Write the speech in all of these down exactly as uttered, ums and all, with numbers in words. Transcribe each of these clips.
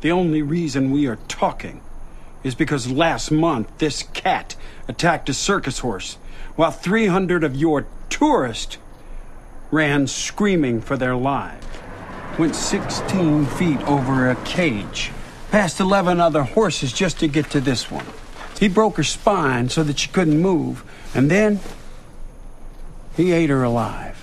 The only reason we are talking is because last month this cat attacked a circus horse while three hundred of your tourists ran screaming for their lives. Went sixteen feet over a cage, past eleven other horses just to get to this one. He broke her spine so that she couldn't move, and then he ate her alive.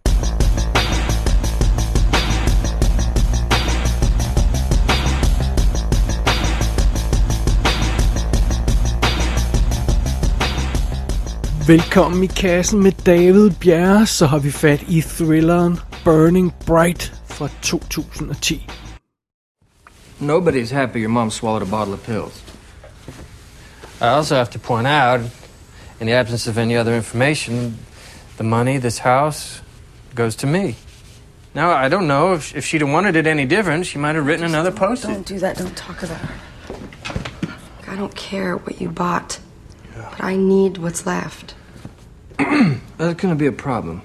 Velkommen i kassen med David Bjerre, så har vi fat i thrilleren Burning Bright fra to tusind og ti. Nobody's happy your mom swallowed a bottle of pills. I also have to point out, in the absence of any other information, the money, this house, goes to me. Now, I don't know if, if she'd have wanted it any different, she might have written Just another don't, post. Don't do that, don't talk about her. I don't care what you bought, yeah. But I need what's left. That's gonna be a problem.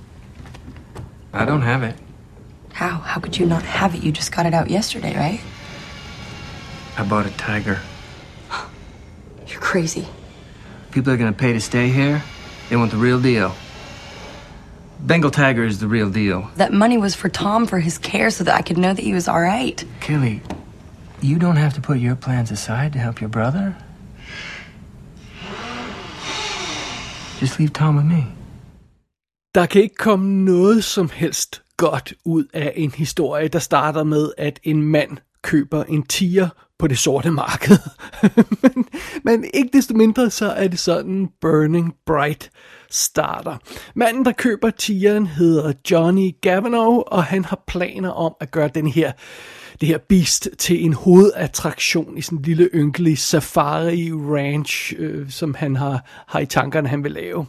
I don't have it. How? How could you not have it? You just got it out yesterday, right? I bought a tiger. You're crazy. People are gonna pay to stay here. They want the real deal. Bengal tiger is the real deal. That money was for Tom for his care so that I could know that he was all right. Kelly, you don't have to put your plans aside to help your brother. Just leave Tom with me. Der kan ikke komme noget som helst godt ud af en historie, der starter med, at en mand køber en tiger på det sorte marked. men, men ikke desto mindre, så er det sådan Burning Bright starter. Manden, der køber tigeren, hedder Johnny Gavino, og han har planer om at gøre den her, det her beast til en hovedattraktion i sådan en lille ynkelig safari ranch, øh, som han har, har i tankerne, han vil lave.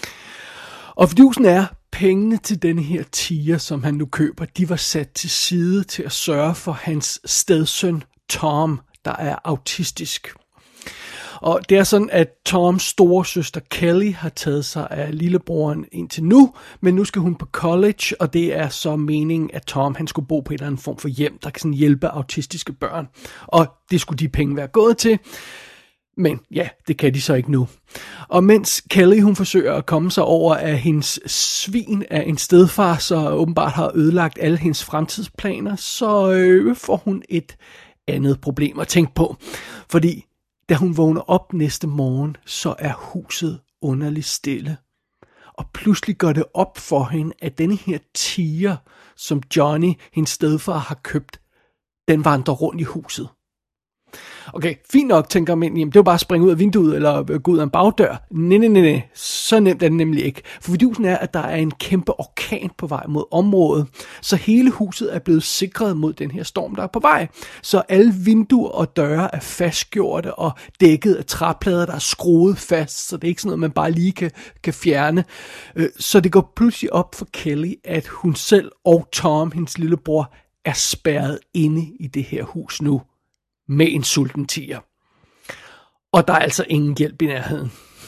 Og fidusen er, pengene til denne her tiger, som han nu køber, de var sat til side til at sørge for hans stedsøn Tom, der er autistisk. Og det er sådan, at Toms store søster Kelly har taget sig af lillebroren indtil nu, men nu skal hun på college, og det er så meningen, at Tom han skulle bo på en eller anden form for hjem, der kan sådan hjælpe autistiske børn. Og det skulle de penge være gået til. Men ja, det kan de så ikke nu. Og mens Kelly hun forsøger at komme sig over af hendes svin af en stedfar, så åbenbart har ødelagt alle hendes fremtidsplaner, så øh, får hun et andet problem at tænke på. Fordi da hun vågner op næste morgen, så er huset underligt stille. Og pludselig går det op for hende, at denne her tiger, som Johnny, hendes stedfar, har købt, den vandrer rundt i huset. Okay, fint nok, tænker man, jamen det er jo bare at springe ud af vinduet, eller gå ud af en bagdør. Nej, nej, nej, nej, så nemt er det nemlig ikke. For fidusen er, at der er en kæmpe orkan på vej mod området, så hele huset er blevet sikret mod den her storm, der er på vej. Så alle vinduer og døre er fastgjorte og dækket af træplader, der er skruet fast, så det er ikke sådan noget, man bare lige kan, kan fjerne. Så det går pludselig op for Kelly, at hun selv og Tom, hendes lillebror, er spærret inde i det her hus nu. Med en sulten tiger. Og der er altså ingen hjælp i nærheden.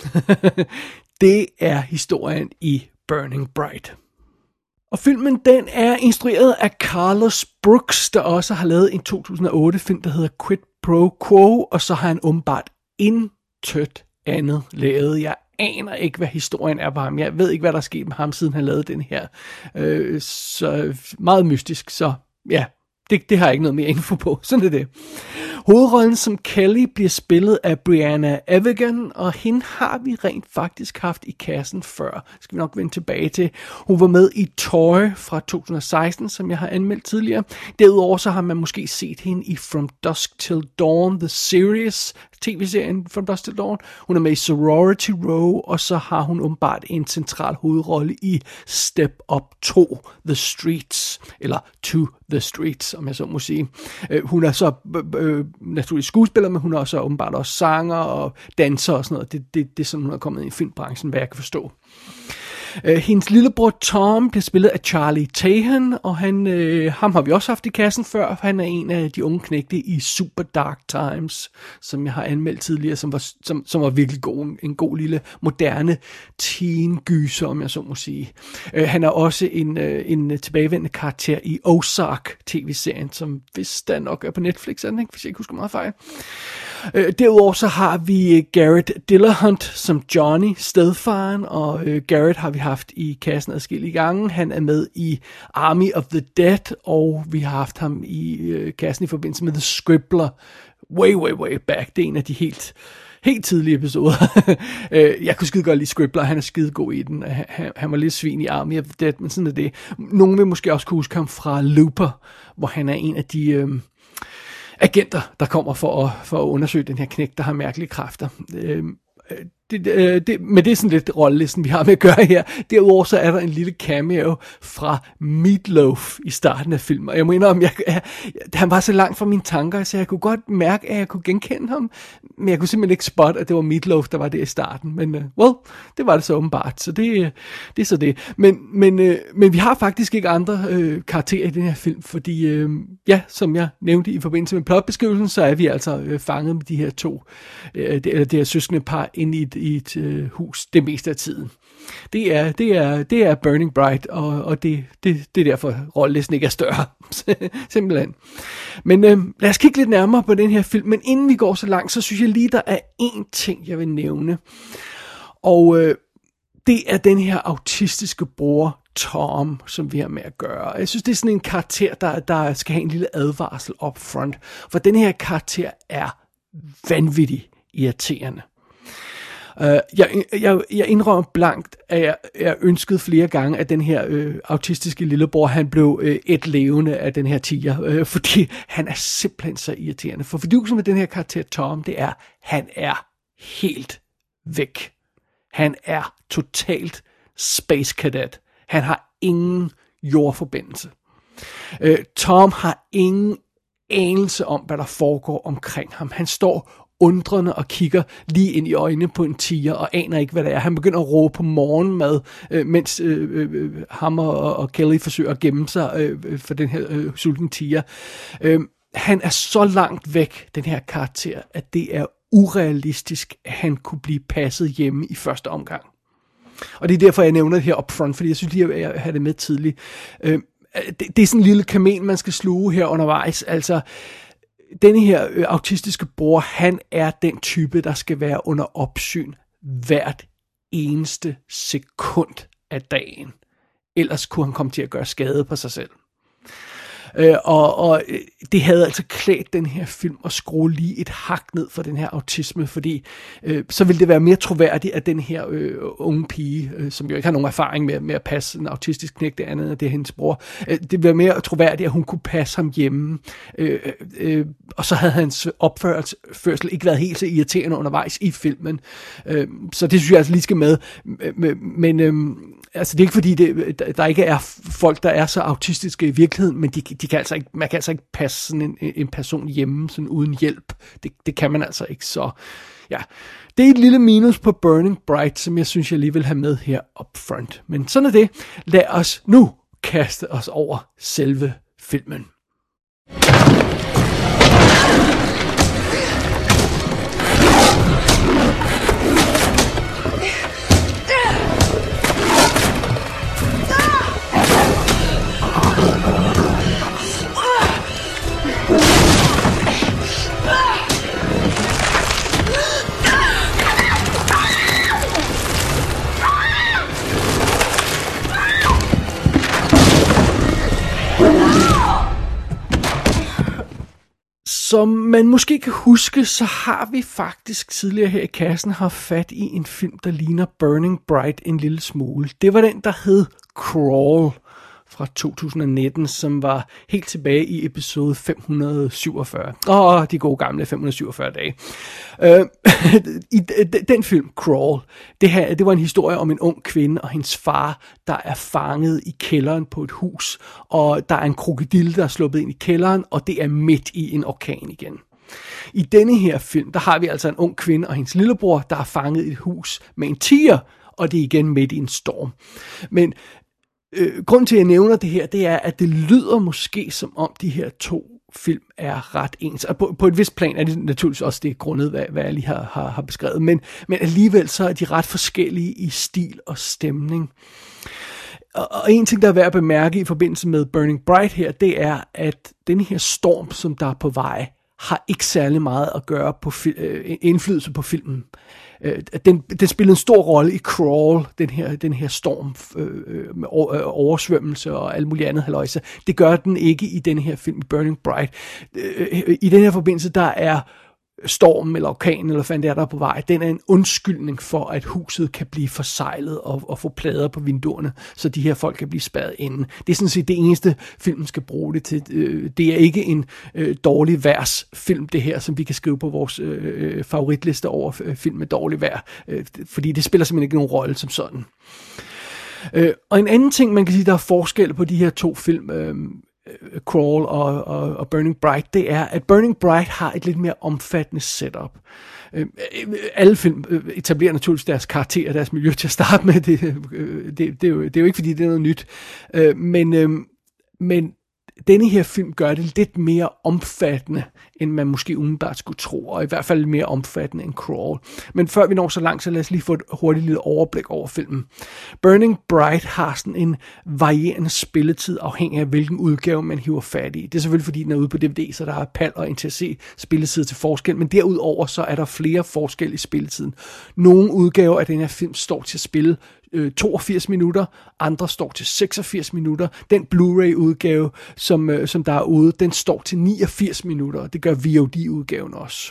Det er historien i Burning Bright. Og filmen den er instrueret af Carlos Brooks, der også har lavet en to tusind og otte film, der hedder Quid Pro Quo, og så har han åbenbart intet andet lavet. Jeg aner ikke, hvad historien er på ham. Jeg ved ikke, hvad der er sket med ham, siden han lavede den her. Øh, så meget mystisk, så ja. Det, det har jeg ikke noget mere info på. Sådan er det. Hovedrollen som Kelly bliver spillet af Brianna Evigan, og hende har vi rent faktisk haft i kassen før. Skal vi nok vende tilbage til. Hun var med i Toy fra to tusind og seksten, som jeg har anmeldt tidligere. Derudover så har man måske set hende i From Dusk Till Dawn, The Series, tv-serien From Dusk Till Dawn. Hun er med i Sorority Row, og så har hun åbenbart en central hovedrolle i Step Up to The Streets, eller To The Streets, om jeg så må sige. Øh, hun er så øh, naturligvis skuespiller, men hun er også åbenbart også sanger og danser og sådan noget. Det, det, det er sådan, hun er kommet ind i filmbranchen, hvad jeg kan forstå. Øh, hendes lillebror Tom bliver spillet af Charlie Tahan, og han, øh, ham har vi også haft i kassen før. Han er en af de unge knægte i Super Dark Times, som jeg har anmeldt tidligere, som var, som, som var virkelig god. En god lille moderne teen-gyser, om jeg så må sige. Øh, han er også en, øh, en tilbagevendende karakter i Ozark-tv-serien, som vist der nok er på Netflix, er den, ikke? Hvis jeg ikke husker meget fejl. Øh, derudover så har vi Garrett Dillahunt som Johnny, stedfaren, og øh, Garrett har vi haft i kassen adskillige gange. Han er med i Army of the Dead, og vi har haft ham i øh, kassen i forbindelse med The Scribbler, way, way, way back. Det er en af de helt, helt tidlige episoder. Jeg kunne skide godt lide Scribbler, han er skide god i den. Han, han var lidt svin i Army of the Dead, men sådan er det. Nogen vil måske også kunne huske ham fra Looper, hvor han er en af de øh, agenter, der kommer for at, for at undersøge den her knægt, der har mærkelige kræfter. Øh, Det, det, det, men det er sådan lidt rollelisten, vi har med at gøre her. Derudover så er der en lille cameo fra Meatloaf i starten af filmen. Og jeg må indrømme, jeg, jeg, han var så langt fra mine tanker, så jeg kunne godt mærke, at jeg kunne genkende ham. Men jeg kunne simpelthen ikke spotte, at det var Meatloaf, der var der i starten. Men uh, well, det var det så åbenbart. Så det, det er så det. Men, men, uh, men vi har faktisk ikke andre uh, karakterer i den her film, fordi uh, ja, som jeg nævnte i forbindelse med plotbeskrivelsen, så er vi altså uh, fanget med de her to, uh, det, eller det her søskende par ind i et i et øh, hus det meste af tiden. Det er, det er, det er Burning Bright, og, og det, det, det er derfor rollelisten ikke er større. Simpelthen. Men øh, lad os kigge lidt nærmere på den her film, men inden vi går så langt, så synes jeg lige, der er én ting, jeg vil nævne. Og øh, det er den her autistiske bror, Tom, som vi har med at gøre. Jeg synes, det er sådan en karakter, der, der skal have en lille advarsel up front, for den her karakter er vanvittig irriterende. Uh, jeg, jeg, jeg indrømmer blankt, at jeg, jeg ønskede flere gange, at den her øh, autistiske lillebror, han blev øh, et levende af den her tiger, øh, fordi han er simpelthen så irriterende. For fordyvelsen med den her karakter Tom, det er, han er helt væk. Han er totalt space cadet. Han har ingen jordforbindelse. Uh, Tom har ingen anelse om, hvad der foregår omkring ham. Han står undrende og kigger lige ind i øjnene på en tiger og aner ikke, hvad det er. Han begynder at råbe på morgenmad, øh, mens øh, øh, ham og, og Kelly forsøger at gemme sig øh, for den her øh, sultne tiger. Øh, han er så langt væk, den her karakter, at det er urealistisk, at han kunne blive passet hjemme i første omgang. Og det er derfor, jeg nævner det her up front, fordi jeg synes lige, at jeg havde det med tidligt. Øh, det, det er sådan en lille kamel, man skal sluge her undervejs. Altså, denne her øh, autistiske bror, han er den type, der skal være under opsyn hvert eneste sekund af dagen. Ellers kunne han komme til at gøre skade på sig selv. Øh, og, og det havde altså klædt den her film at skrue lige et hak ned for den her autisme, fordi øh, så ville det være mere troværdigt, at den her øh, unge pige, øh, som jo ikke har nogen erfaring med, med at passe en autistisk knægt, det andet end det er hendes bror, øh, det ville være mere troværdigt, at hun kunne passe ham hjemme, øh, øh, og så havde hans opførsel ikke været helt så irriterende undervejs i filmen. Øh, så det synes jeg altså lige skal med, men øh, altså det er ikke fordi, det, der ikke er folk, der er så autistiske i virkeligheden, men de, de kan altså ikke, man kan altså ikke passe sådan en, en person hjemme sådan uden hjælp. Det, det kan man altså ikke, så ja. Det er et lille minus på Burning Bright, som jeg synes, jeg lige vil have med her up front. Men sådan er det. Lad os nu kaste os over selve filmen. Som man måske kan huske, så har vi faktisk tidligere her i kassen haft fat i en film, der ligner Burning Bright en lille smule. Det var den, der hed Crawl fra to tusind nitten, som var helt tilbage i episode fem hundrede syvogfyrre. Åh, de gode gamle fem hundrede syvogfyrre dage. Øh, I den film, Crawl, det, her, det var en historie om en ung kvinde og hendes far, der er fanget i kælderen på et hus, og der er en krokodille, der er sluppet ind i kælderen, og det er midt i en orkan igen. I denne her film, der har vi altså en ung kvinde og hendes lillebror, der er fanget i et hus med en tiger, og det er igen midt i en storm. Men øh, grunden til, at jeg nævner det her, det er, at det lyder måske som om de her to film er ret ens. Og på, på et vist plan er det naturligvis også det grundet, hvad, hvad jeg lige har, har, har beskrevet, men, men alligevel så er de ret forskellige i stil og stemning. Og, og en ting, der er værd at bemærke i forbindelse med Burning Bright her, det er, at den her storm, som der er på vej, har ikke særlig meget at gøre på øh, indflydelse på filmen. Øh, den, den spiller en stor rolle i Crawl, den her, den her storm øh, med oversvømmelse og alt muligt andet halløjse. Det gør den ikke i den her film, Burning Bright. Øh, I den her forbindelse, der er stormen eller orkanen, eller hvad det er, der er på vej, den er en undskyldning for, at huset kan blive forsejlet og, og få plader på vinduerne, så de her folk kan blive spærret inde. Det er sådan set det eneste, filmen skal bruge det til. Det er ikke en øh, dårlig værsfilm, det her, som vi kan skrive på vores øh, favoritliste over øh, film med dårlig vejr, øh, fordi det spiller simpelthen ikke nogen rolle som sådan. Øh, og en anden ting, man kan sige, der er forskel på de her to film, øh, Crawl og, og, og Burning Bright, det er, at Burning Bright har et lidt mere omfattende setup. Øh, alle film etablerer naturligvis deres karakter og deres miljø til at starte med. Det, det, det, er, jo, det er jo ikke, fordi det er noget nyt. Øh, men, øh, men denne her film gør det lidt mere omfattende, end man måske umiddelbart skulle tro, og i hvert fald mere omfattende end Crawl. Men før vi når så langt, så lad os lige få et hurtigt lille overblik over filmen. Burning Bright har sådan en varierende spilletid, afhængig af hvilken udgave man hiver fat i. Det er selvfølgelig, fordi den er ude på D V D, så der er P A L og N T S C spilletid til forskel, men derudover så er der flere forskel i spilletiden. Nogle udgaver af den her film står til at spille toogfirs minutter, andre står til seksogfirs minutter. Den Blu-ray udgave, som, som der er ude, den står til niogfirs minutter. Det gør V O D-udgaven også.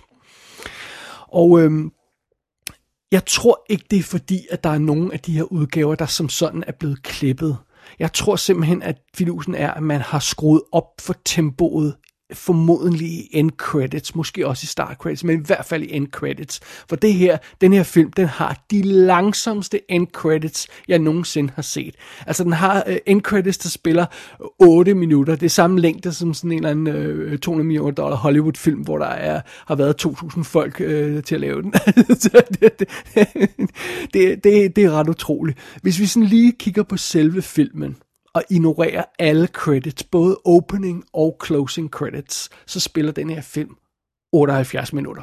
Og øhm, jeg tror ikke, det er fordi, at der er nogen af de her udgaver, der som sådan er blevet klippet. Jeg tror simpelthen, at fidusen er, at man har skruet op for tempoet, formodentlig i end credits, måske også i start credits, men i hvert fald i end credits. For det her, den her film, den har de langsomste end credits, jeg nogensinde har set. Altså den har uh, end credits, der spiller otte minutter. Det er samme længde som sådan en eller anden uh, to hundrede millioner dollar Hollywood film, hvor der er, har været to tusind folk uh, til at lave den. Så det, det, det, det, det er ret utroligt. Hvis vi sådan lige kigger på selve filmen, og ignorerer alle credits, både opening og closing credits, så spiller den her film otteoghalvfjerds minutter.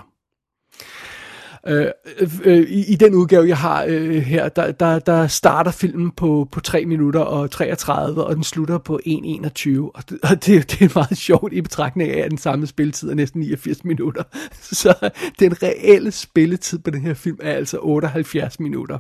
Øh, øh, i, I den udgave, jeg har øh, her, der, der, der starter filmen på, på tre minutter og treogtredive, og den slutter på en enogtyve. Og det, og det, det er meget sjovt i betragtning af, at den samlede spilletid er næsten niogfirs minutter. Så den reelle spilletid på den her film er altså otteoghalvfjerds minutter.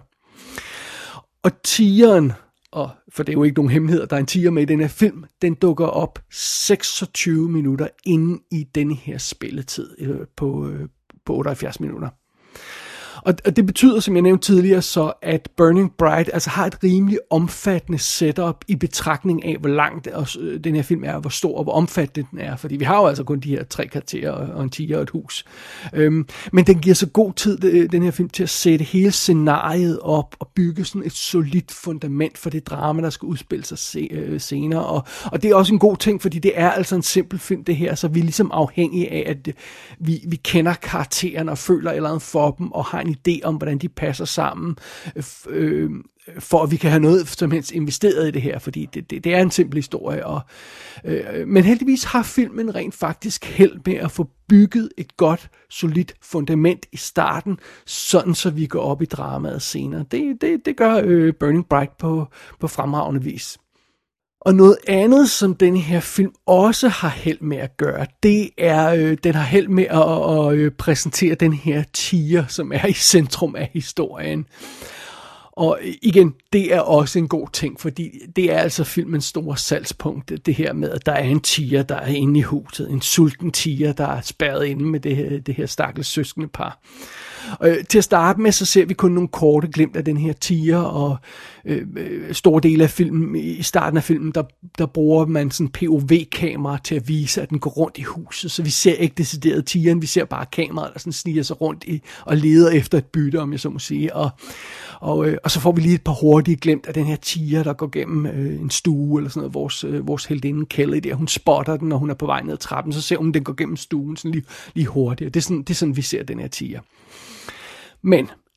Og tieren, og for det er jo ikke nogen hemmeligheder, der er en tier med i den her film, den dukker op seksogtyve minutter inde i denne her spilletid øh, på, øh, på otteoghalvfjerds minutter. Og, og det betyder, som jeg nævnte tidligere, så at Burning Bright altså har et rimelig omfattende setup i betragtning af, hvor lang den her film er, hvor stor og hvor omfattende den er. Fordi vi har jo altså kun de her tre karakterer og en tiger og et hus. Øhm, men den giver så god tid, den her film, til at sætte hele scenariet op og bygge sådan et solidt fundament for det drama, der skal udspille sig se, øh, senere. Og, og det er også en god ting, fordi det er altså en simpel film, det her, så vi er ligesom afhængige af, at vi, vi kender karaktererne og føler et eller andet for dem og har en idé om, hvordan de passer sammen, øh, for at vi kan have noget som helst investeret i det her, fordi det, det, det er en simpel historie. Og, øh, men heldigvis har filmen rent faktisk held med at få bygget et godt, solidt fundament i starten, sådan så vi går op i dramaet senere. Det, det, det gør øh, Burning Bright på, på fremragende vis. Og noget andet, som den her film også har held med at gøre, det er, øh, den har held med at, at, at præsentere den her tiger, som er i centrum af historien. Og igen, det er også en god ting, fordi det er altså filmens store salgspunkt, det her med, at der er en tiger, der er inde i huset, en sulten tiger, der er spærret inde med det her, det her stakkels søskende par. Og øh, til at starte med, så ser vi kun nogle korte glimt af den her tiger, og øh, store dele af filmen, i starten af filmen, der, der bruger man sådan P O V-kamera til at vise, at den går rundt i huset, så vi ser ikke decideret tigeren, vi ser bare kameraet, der sådan sniger sig rundt i, og leder efter et bytte, om jeg så må sige, og, og, øh, og så får vi lige et par hurtige glimt af den her tiger, der går gennem øh, en stue, eller sådan noget, vores, øh, vores heldinde Kelly der, hun spotter den, når hun er på vej ned ad trappen, så ser hun, den går gennem stuen, sådan lige, lige hurtigt, det er sådan, det er sådan, vi ser den her tiger. Men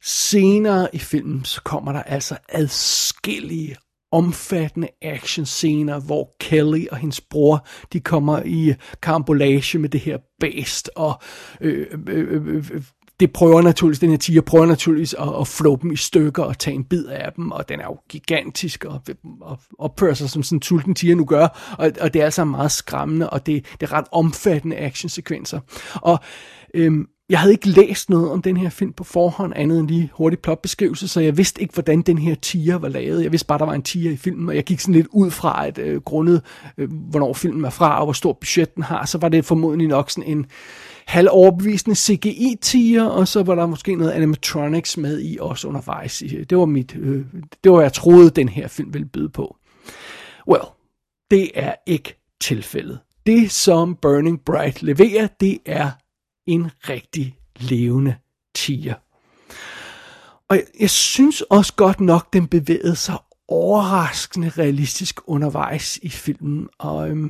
senere i filmen, så kommer der altså adskillige omfattende actionscener, hvor Kelly og hendes bror, de kommer i karambolage med det her bæst, og øh, øh, øh, det prøver naturligvis, den her tiger prøver naturligvis at, at flå dem i stykker og tage en bid af dem, og den er jo gigantisk og, og opfører sig som sådan en sulten tiger nu gør, og, og det er altså meget skræmmende, og det, det er ret omfattende actionsekvenser. Og øhm, jeg havde ikke læst noget om den her film på forhånd, andet end lige hurtig plotbeskrivelse, så jeg vidste ikke, hvordan den her tiger var lavet. Jeg vidste bare, der var en tiger i filmen, og jeg gik sådan lidt ud fra, at øh, grundet, øh, hvornår filmen er fra, og hvor stort budget den har, så var det formodentlig nok sådan en halvoverbevisende C G I-tiger, og så var der måske noget animatronics med i også undervejs. Det var mit, øh, det var jeg troede, den her film ville byde på. Well, det er ikke tilfældet. Det, som Burning Bright leverer, det er en rigtig levende tiger. Og jeg, jeg synes også godt nok, den bevægede sig overraskende realistisk undervejs i filmen, og øhm,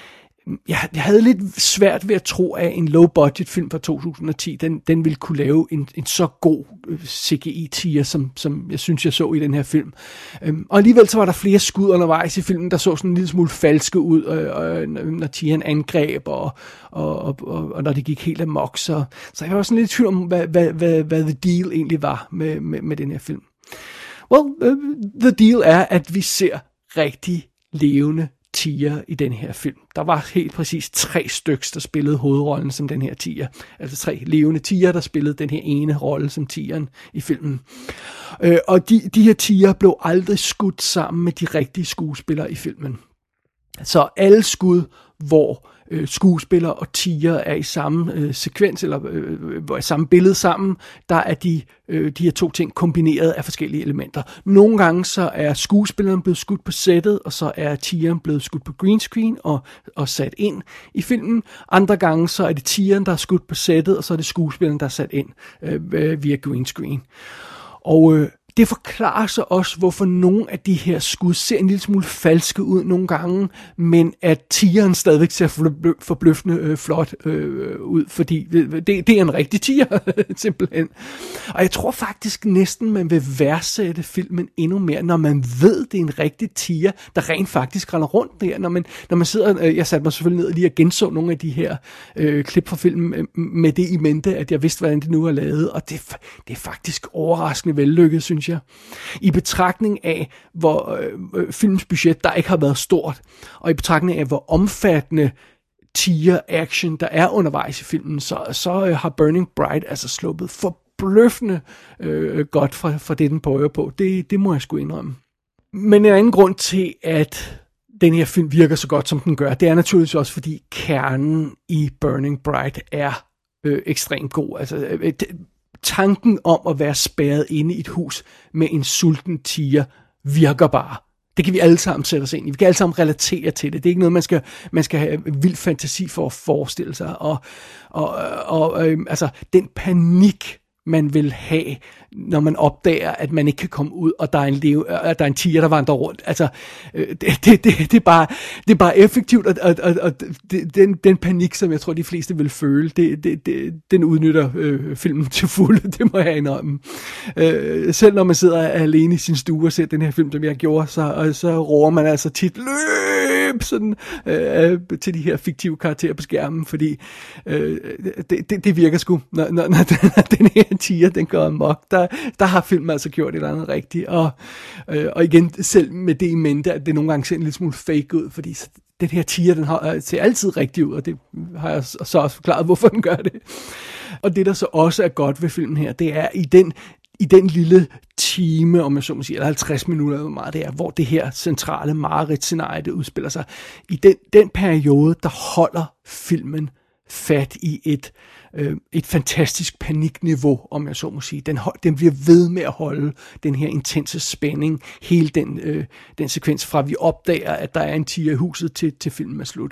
jeg, jeg havde lidt svært ved at tro, at en low-budget film fra to tusind og ti, den, den ville kunne lave en, en så god C G I-tiger, som, som jeg synes, jeg så i den her film. Øhm, og alligevel så var der flere skud undervejs i filmen, der så sådan en lille smule falske ud, øh, øh, når tigeren angreb, og, og, og, og, og når det gik helt amok. Så, så jeg var sådan lidt i tvivl om, hvad, hvad, hvad, hvad the deal egentlig var med, med, med den her film. Well, uh, the deal er, at vi ser rigtig levende tiger i den her film. Der var helt præcis tre stykker, der spillede hovedrollen som den her tiger. Altså tre levende tiger, der spillede den her ene rolle som tigeren i filmen. Øh, og de, de her tiger blev aldrig skudt sammen med de rigtige skuespillere i filmen. Så alle skud, hvor øh, skuespillere og tiger er i samme øh, sekvens, eller øh, hvor er samme billede sammen, der er de, øh, de her to ting kombineret af forskellige elementer. Nogle gange så er skuespilleren blevet skudt på sættet, og så er tigeren blevet skudt på green screen og, og sat ind i filmen. Andre gange så er det tigeren, der er skudt på sættet, og så er det skuespilleren, der er sat ind øh, via green screen. Og øh, det forklarer sig også, hvorfor nogle af de her skud ser en lille smule falske ud nogle gange, men at tigeren stadigvæk ser forbløffende øh, flot øh, ud, fordi det, det er en rigtig tiger, simpelthen. Og jeg tror faktisk næsten, man vil værdsætte filmen endnu mere, når man ved, det er en rigtig tiger, der rent faktisk render rundt der. Når man, når man sidder, øh, jeg satte mig selvfølgelig ned og lige og genså nogle af de her øh, klip fra filmen øh, med det i mente, at jeg vidste, hvordan det nu er lavet, og det, det er faktisk overraskende vellykket, synes jeg. I betragtning af, hvor øh, filmens budget, der ikke har været stort, og i betragtning af, hvor omfattende tiger-action, der er undervejs i filmen, så, så øh, har Burning Bright altså sluppet forbløffende øh, godt fra, fra det, den prøver på. Det, det må jeg sgu indrømme. Men en anden grund til, at den her film virker så godt, som den gør, det er naturligvis også, fordi kernen i Burning Bright er øh, ekstremt god. Altså, øh, tanken om at være spærret inde i et hus med en sulten tiger virker bare. Det kan vi alle sammen sætte os ind i. Vi kan alle sammen relatere til det. Det er ikke noget, man skal, man skal have vild fantasi for at forestille sig. Og, og, og øh, altså, den panik, man vil have, når man opdager, at man ikke kan komme ud, og der er en, leve, at der er en tiger, der vandrer rundt. Altså, det, det, det, det, er, bare, det er bare effektivt, og, og, og, og det, den, den panik, som jeg tror, de fleste vil føle, det, det, det, den udnytter øh, filmen til fulde, det må jeg indrømme. Øh, selv når man sidder alene i sin stue og ser den her film, som jeg gjorde, så, så råber man altså tit, løb, sådan, øh, til de her fiktive karakterer på skærmen, fordi øh, det, det, det virker sgu, når, når, når den her tiger, den går amok. Der, der har filmen altså gjort et eller andet rigtigt, og, øh, og igen, selv med det i mente, at det nogle gange ser en lille smule fake ud, fordi den her tiger, den har, ser altid rigtig ud, og det har jeg så også forklaret, hvorfor den gør det. Og det, der så også er godt ved filmen her, det er i den, i den lille time, om jeg så må sige, eller halvtreds minutter, hvor meget det er, hvor det her centrale mareridtscenarie, det udspiller sig. I den, den periode, der holder filmen fat i et, øh, et fantastisk panikniveau, om jeg så må sige. Den, den bliver ved med at holde den her intense spænding, hele den, øh, den sekvens fra vi opdager, at der er en tiger i huset, til, til filmen er slut.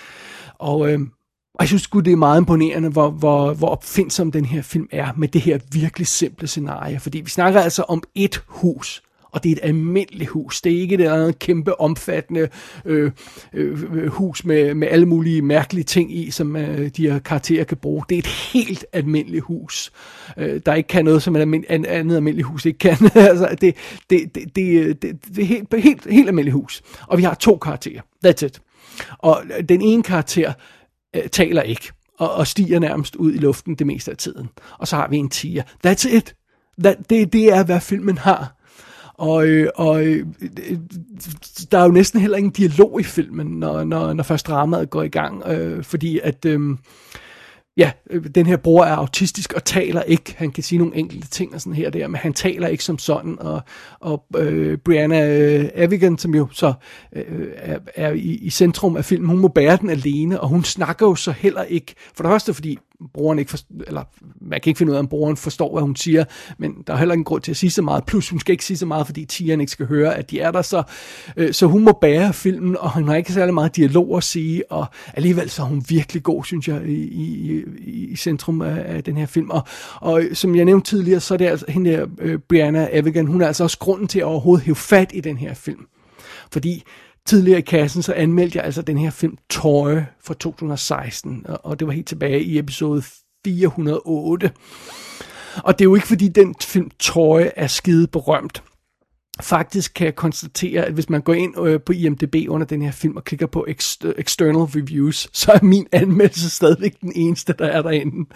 Og, øh, og jeg synes sgu, det er meget imponerende, hvor, hvor, hvor opfindsom den her film er med det her virkelig simple scenarie, fordi vi snakker altså om et hus, Og det er et almindeligt hus. Det er ikke et eller andet kæmpe, omfattende øh, øh, hus med, med alle mulige mærkelige ting i, som øh, de her karakterer kan bruge. Det er et helt almindeligt hus, øh, der ikke kan noget, som et almindeligt, andet almindeligt hus ikke kan. altså, det, det, det, det, det, det er helt, helt, helt almindeligt hus. Og vi har to karakterer. That's it. Og den ene karakter øh, taler ikke, og, og stiger nærmest ud i luften det meste af tiden. Og så har vi en tiger. That's it. That, det, det er, hvad filmen har. Og, og der er jo næsten heller ingen dialog i filmen, når, når, når først dramaet går i gang, øh, fordi at øh, ja, den her bror er autistisk og taler ikke. Han kan sige nogle enkelte ting og sådan her og der, men han taler ikke som sådan. Og, og øh, Brianna Evigan, som jo så øh, er, er i, i centrum af filmen, hun må bære den alene, og hun snakker jo så heller ikke. For det første, fordi broren ikke forstår, eller man kan ikke finde ud af, om broren forstår, hvad hun siger, men der er heller ingen grund til at sige så meget. Plus, hun skal ikke sige så meget, fordi tigeren ikke skal høre, at de er der. Så, øh, så hun må bære filmen, og hun har ikke særlig meget dialog at sige, og alligevel så er hun virkelig god, synes jeg, i, i, i centrum af, af den her film. Og, og som jeg nævnte tidligere, så er det altså hende der, øh, Brianna Evigan, hun er altså også grunden til at overhovedet hæve fat i den her film. Fordi tidligere i kassen, så anmeldte jeg altså den her film Toy fra to tusind og seksten, og det var helt tilbage i episode fire hundrede og otte. Og det er jo ikke, fordi den film Toy er skide berømt. Faktisk kan jeg konstatere, at hvis man går ind øh, på I M D B under den her film og klikker på ex- external reviews, så er min anmeldelse stadigvæk den eneste, der er derinde.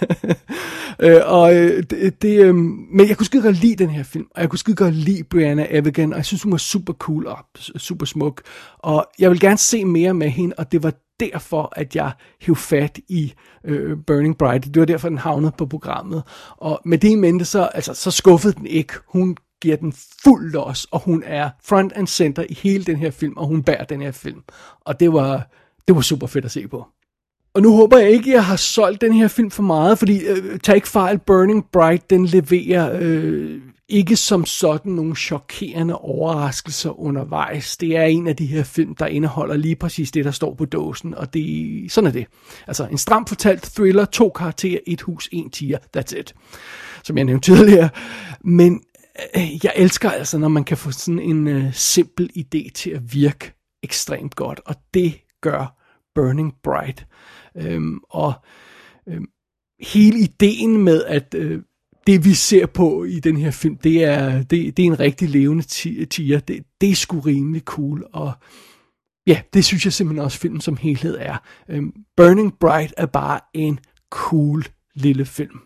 øh, og øh, det, det, øh, men jeg kunne skide godt lide den her film, og jeg kunne skide godt lide Brianna Evigan, og jeg synes, hun var super cool og super smuk. Og jeg vil gerne se mere med hende, og det var derfor, at jeg hæv fat i øh, Burning Bright. Det var derfor, den havnede på programmet. Og med det i mente, så, altså, så skuffede den ikke. Hun giver den fuld los, og hun er front and center i hele den her film, og hun bærer den her film. Og det var, det var super fedt at se på. Og nu håber jeg ikke, at jeg har solgt den her film for meget, fordi øh, tag ikke fejl, Burning Bright, den leverer øh, ikke som sådan nogle chokerende overraskelser undervejs. Det er en af de her film, der indeholder lige præcis det, der står på dåsen, og det, sådan er det. Altså en stramt fortalt thriller, to karakterer, et hus, en tiger, that's it. Som jeg nævnte tidligere. Men jeg elsker altså, når man kan få sådan en uh, simpel idé til at virke ekstremt godt, og det gør Burning Bright. Øhm, og øhm, hele ideen med, at øh, det vi ser på i den her film, det er, det, det er en rigtig levende tiger, det, det er sgu rimelig cool, og ja, det synes jeg simpelthen også filmen som helhed er. Øhm, Burning Bright er bare en cool lille film.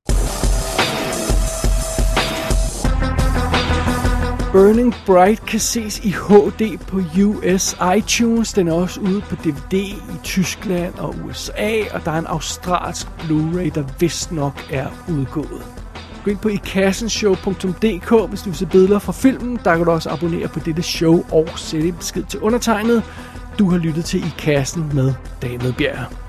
Burning Bright kan ses i H D på U S iTunes. Den er også ude på D V D i Tyskland og U S A, og der er en australsk Blu-ray, der vist nok er udgået. Gå ind på i kassen show punktum d k, hvis du vil se billeder fra filmen. Der kan du også abonnere på dette show og sætte en besked til undertegnet. Du har lyttet til I Kassen med David Bjerg.